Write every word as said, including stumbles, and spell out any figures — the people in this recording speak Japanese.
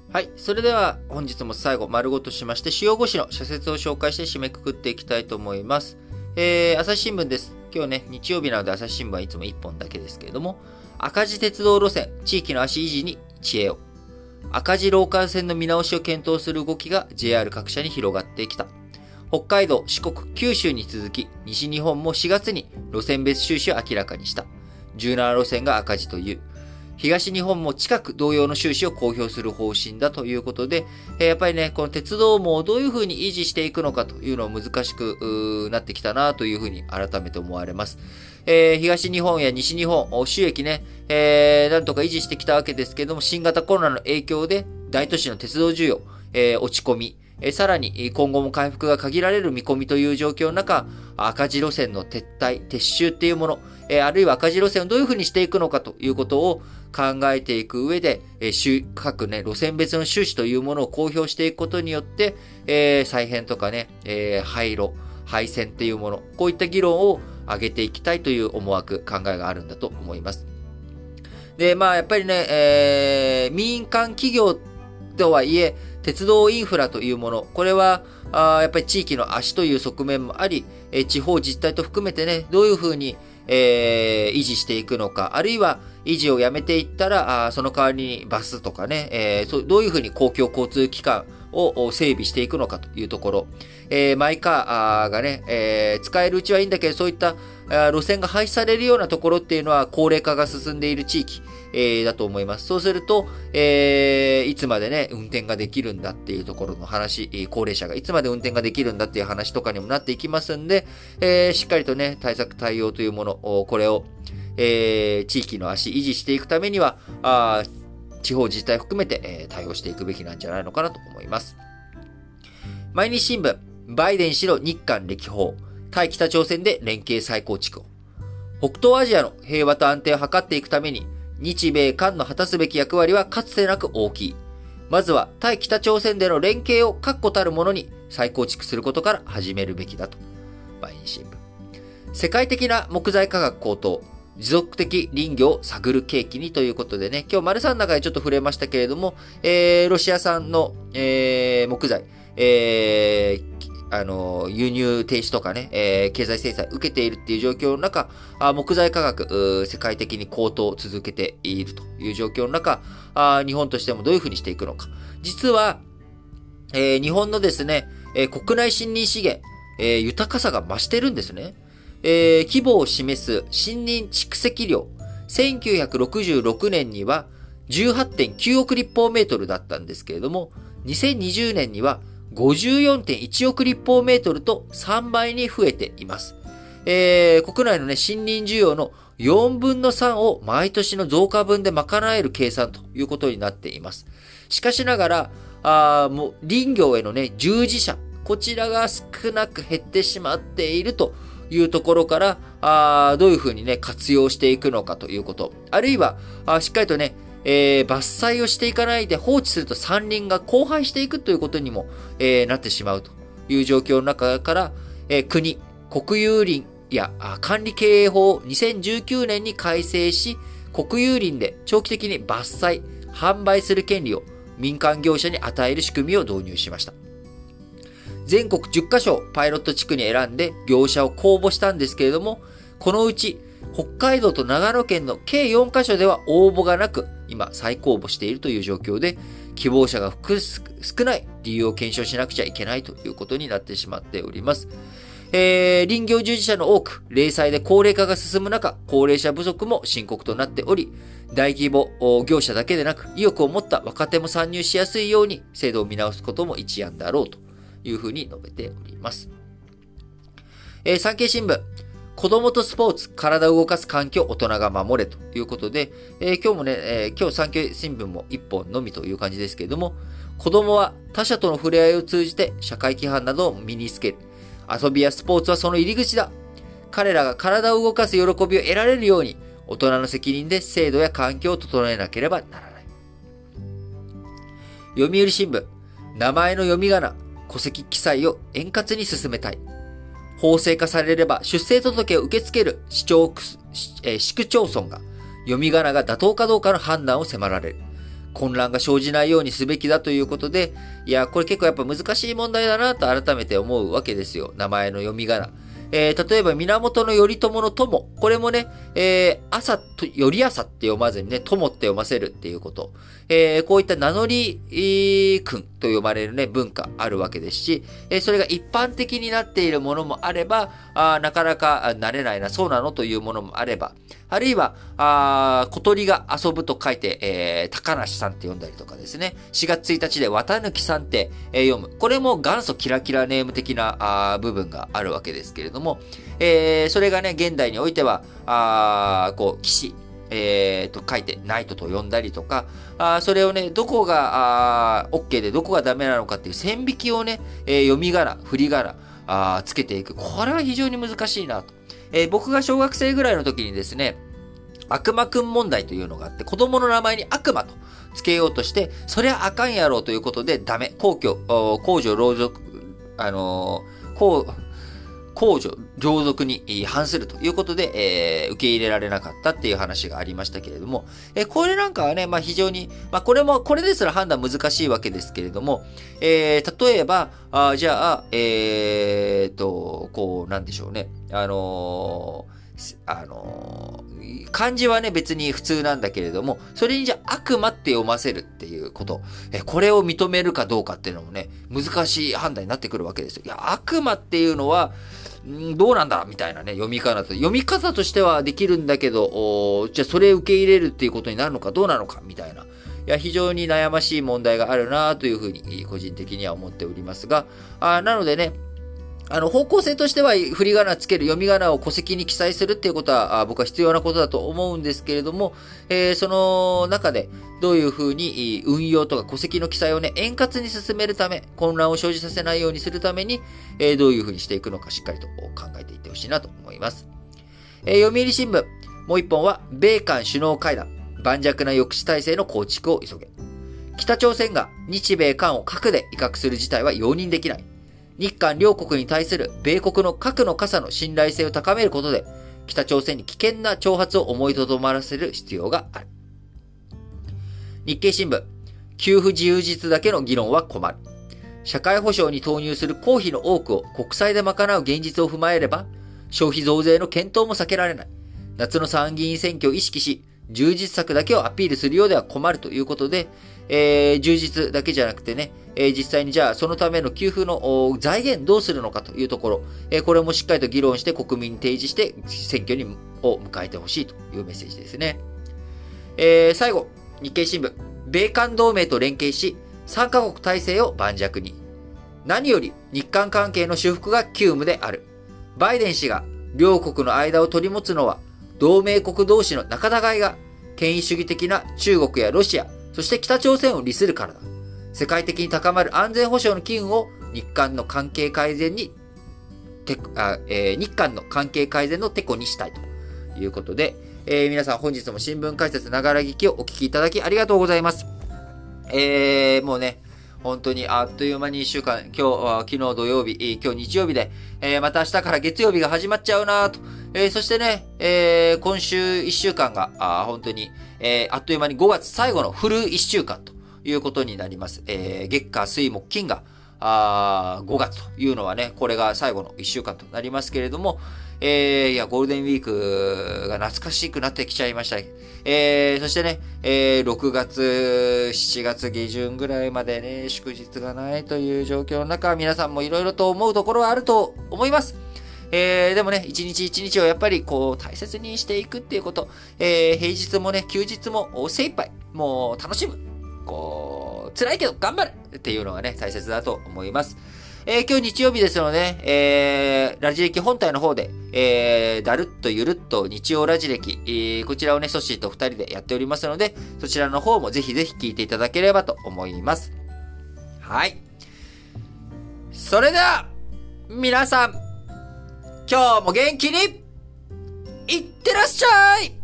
はい。それでは本日も最後、丸ごとしまして、主要ご紙の社説を紹介して締めくくっていきたいと思います。えー、朝日新聞です。今日ね、日曜日なので朝日新聞はいつもいっぽんだけですけれども、赤字鉄道路線、地域の足維持に知恵を。赤字ローカル線の見直しを検討する動きが ジェイアール 各社に広がってきた。北海道、四国、九州に続き、西日本もしがつに路線別収支を明らかにした。じゅうなな路線が赤字という。東日本も近く同様の収支を公表する方針だということで、えー、やっぱりね、この鉄道網をどういうふうに維持していくのかというのを難しくなってきたなというふうに改めて思われます。えー、東日本や西日本、収益ね、えー、なんとか維持してきたわけですけれども、新型コロナの影響で大都市の鉄道需要、えー、落ち込み、えさらに今後も回復が限られる見込みという状況の中、赤字路線の撤退、撤収っていうもの、えあるいは赤字路線をどういうふうにしていくのかということを考えていく上で、え各ね、路線別の収支というものを公表していくことによって、えー、再編とかね、えー、廃路、廃線っていうもの、こういった議論を上げていきたいという思惑、考えがあるんだと思います。で、まあやっぱりね、えー、民間企業とはいえ、鉄道インフラというもの、これは、あやっぱり地域の足という側面もあり、え地方自治体と含めてね、どういうふうに、えー、維持していくのか、あるいは維持をやめていったら、あその代わりにバスとかね、えー、どういうふうに公共交通機関を整備していくのかというところ、えー、マイカーがね、えー、使えるうちはいいんだけど、そういった路線が廃止されるようなところっていうのは高齢化が進んでいる地域、えー、だと思います。そうすると、えー、いつまでね、運転ができるんだっていうところの話、高齢者がいつまで運転ができるんだっていう話とかにもなっていきますんで、えー、しっかりとね、対策対応というもの、これを、えー、地域の足維持していくためには、あ地方自治体含めて、えー、対応していくべきなんじゃないのかなと思います。毎日新聞、バイデン氏の日韓歴訪、対北朝鮮で連携再構築を。北東アジアの平和と安定を図っていくために、日米韓の果たすべき役割はかつてなく大きい。まずは対北朝鮮での連携を確固たるものに再構築することから始めるべきだと。毎日新聞。世界的な木材価格高騰、持続的林業を探る契機にということでね、今日丸さんの中でちょっと触れましたけれども、えー、ロシア産の、えー、木材、えーあの、輸入停止とかね、えー、経済制裁受けているっていう状況の中、あ木材価格、世界的に高騰を続けているという状況の中、あ日本としてもどういうふうにしていくのか。実は、えー、日本のですね、えー、国内森林資源、えー、豊かさが増してるんですね。えー、規模を示す森林蓄積量、せんきゅうひゃくろくじゅうろくねんには じゅうはちてんきゅうおく立方メートルだったんですけれども、にせんにじゅうねんにはごじゅうよんてんいちおく立方メートルとさんばいに増えています。えー、国内のね、森林需要のよんぶんのさんを毎年の増加分で賄える計算ということになっています。しかしながら、あもう林業へのね、従事者、こちらが少なく減ってしまっているというところから、あどういうふうにね、活用していくのかということ。あるいは、あしっかりとね、えー、伐採をしていかないで放置すると山林が荒廃していくということにも、えー、なってしまうという状況の中から、えー、国、国有林や管理経営法をにせんじゅうきゅうねんに改正し、国有林で長期的に伐採、販売する権利を民間業者に与える仕組みを導入しました。全国じゅっかしょパイロット地区に選んで業者を公募したんですけれども、このうち北海道と長野県の計よんかしょでは応募がなく、今再公募しているという状況で、希望者が少ない理由を検証しなくちゃいけないということになってしまっております。えー、林業従事者の多く、零細で高齢化が進む中、高齢者不足も深刻となっており、大規模業者だけでなく、意欲を持った若手も参入しやすいように制度を見直すことも一案だろうというふうに述べております。えー、産経新聞。子供とスポーツ、体を動かす環境、大人が守れということで、えー、今日もね、えー、今日産経新聞も一本のみという感じですけれども、子供は他者との触れ合いを通じて社会規範などを身につける。遊びやスポーツはその入り口だ。彼らが体を動かす喜びを得られるように、大人の責任で制度や環境を整えなければならない。読売新聞、名前の読み仮名、戸籍記載を円滑に進めたい。法制化されれば出生届を受け付ける市町、えー、市区町村が読み仮名が妥当かどうかの判断を迫られる。 混乱が生じないようにすべきだということで、いや、これ結構やっぱ難しい問題だなと改めて思うわけですよ。名前の読み仮名。えー、例えば、源頼朝の友。これもね、えー、朝と、より朝って読まずにね、友って読ませるっていうこと。えー、こういった名乗り、えー、訓と呼ばれるね、文化あるわけですし、えー、それが一般的になっているものもあれば、あなかなか慣れないな、そうなのというものもあれば、あるいは、あ小鳥が遊ぶと書いて、えー、高梨さんって読んだりとかですね。しがつついたちで綿抜さんって、えー、読む。これも元祖キラキラネーム的なあ部分があるわけですけれども、えー、それがね、現代においては、あこう、騎士、えー、と書いて、ナイトと呼んだりとか、あそれをね、どこがあ OK でどこがダメなのかっていう線引きをね、えー、読み仮名、振り仮名、あつけていく。これは非常に難しいなと。えー、僕が小学生ぐらいの時にですね、悪魔くん問題というのがあって、子供の名前に悪魔とつけようとして、そりゃあかんやろうということでダメ。公共、公序良俗、あのー、公、公序良俗に反するということで、えー、受け入れられなかったっていう話がありましたけれども、えー、これなんかはね、まあ非常に、まあこれも、これですら判断難しいわけですけれども、えー、例えば、あじゃあ、えーと、こう、なんでしょうね。あのーあのー、漢字はね別に普通なんだけれども、それにじゃあ悪魔って読ませるっていうこと。え、これを認めるかどうかっていうのもね、難しい判断になってくるわけですよ。いや、悪魔っていうのは、んどうなんだみたいなね、読み方と。読み方としてはできるんだけど、じゃあそれ受け入れるっていうことになるのかどうなのかみたいな。いや、非常に悩ましい問題があるなというふうに、個人的には思っておりますが、あなのでね、あの、方向性としては、振り仮名つける、読み仮名を戸籍に記載するっていうことは、僕は必要なことだと思うんですけれども、えー、その中で、どういうふうに運用とか戸籍の記載をね、円滑に進めるため、混乱を生じさせないようにするために、えー、どういうふうにしていくのかしっかりと考えていってほしいなと思います。えー、読売新聞、もう一本は、米韓首脳会談、盤石な抑止体制の構築を急げ。北朝鮮が日米韓を核で威嚇する事態は容認できない。日韓両国に対する米国の核の傘の信頼性を高めることで、北朝鮮に危険な挑発を思いとどまらせる必要がある。日経新聞、給付自由実だけの議論は困る。社会保障に投入する公費の多くを国債で賄う現実を踏まえれば、消費増税の検討も避けられない。夏の参議院選挙を意識し、充実策だけをアピールするようでは困るということで、えー、充実だけじゃなくてね、えー、実際にじゃあそのための給付の財源どうするのかというところ、えー、これもしっかりと議論して国民に提示して選挙にを迎えてほしいというメッセージですね。えー、最後、日経新聞、米韓同盟と連携し、さんカ国体制を盤石に。何より日韓関係の修復が急務である。バイデン氏が両国の間を取り持つのは、同盟国同士の仲違いが権威主義的な中国やロシア、そして北朝鮮を利するからだ。世界的に高まる安全保障の機運を日韓の関係改善に、てあえー、日韓の関係改善のテコにしたいということで、えー、皆さん本日も新聞解説ながら聞きをお聞きいただきありがとうございます。えー、もうね、本当にあっという間にいっしゅうかん、今日、昨日土曜日、今日日曜日で、えー、また明日から月曜日が始まっちゃうなと。えー、そしてね、えー、今週いっしゅうかんが、あ本当に、えー、あっという間にごがつ最後のフルいっしゅうかんということになります。えー、月火水木金が、あごがつというのはね、これが最後のいっしゅうかんとなりますけれども、えー、いや、ゴールデンウィークが懐かしくなってきちゃいました。えー、そしてね、えー、ろくがつ、しちがつ下旬ぐらいまでね、祝日がないという状況の中、皆さんもいろいろと思うところはあると思います。えー、でもね、一日一日をやっぱりこう大切にしていくっていうこと、えー、平日もね、休日も精一杯、もう楽しむ。こう、辛いけど頑張るっていうのがね、大切だと思います。えー、今日日曜日ですので、えー、ラジ歴本体の方で、えー、だるっとゆるっと日曜ラジ歴、えー、こちらをね、ソッシーと二人でやっておりますので、そちらの方もぜひぜひ聞いていただければと思います。はい。それでは、皆さん、今日も元気にいってらっしゃい。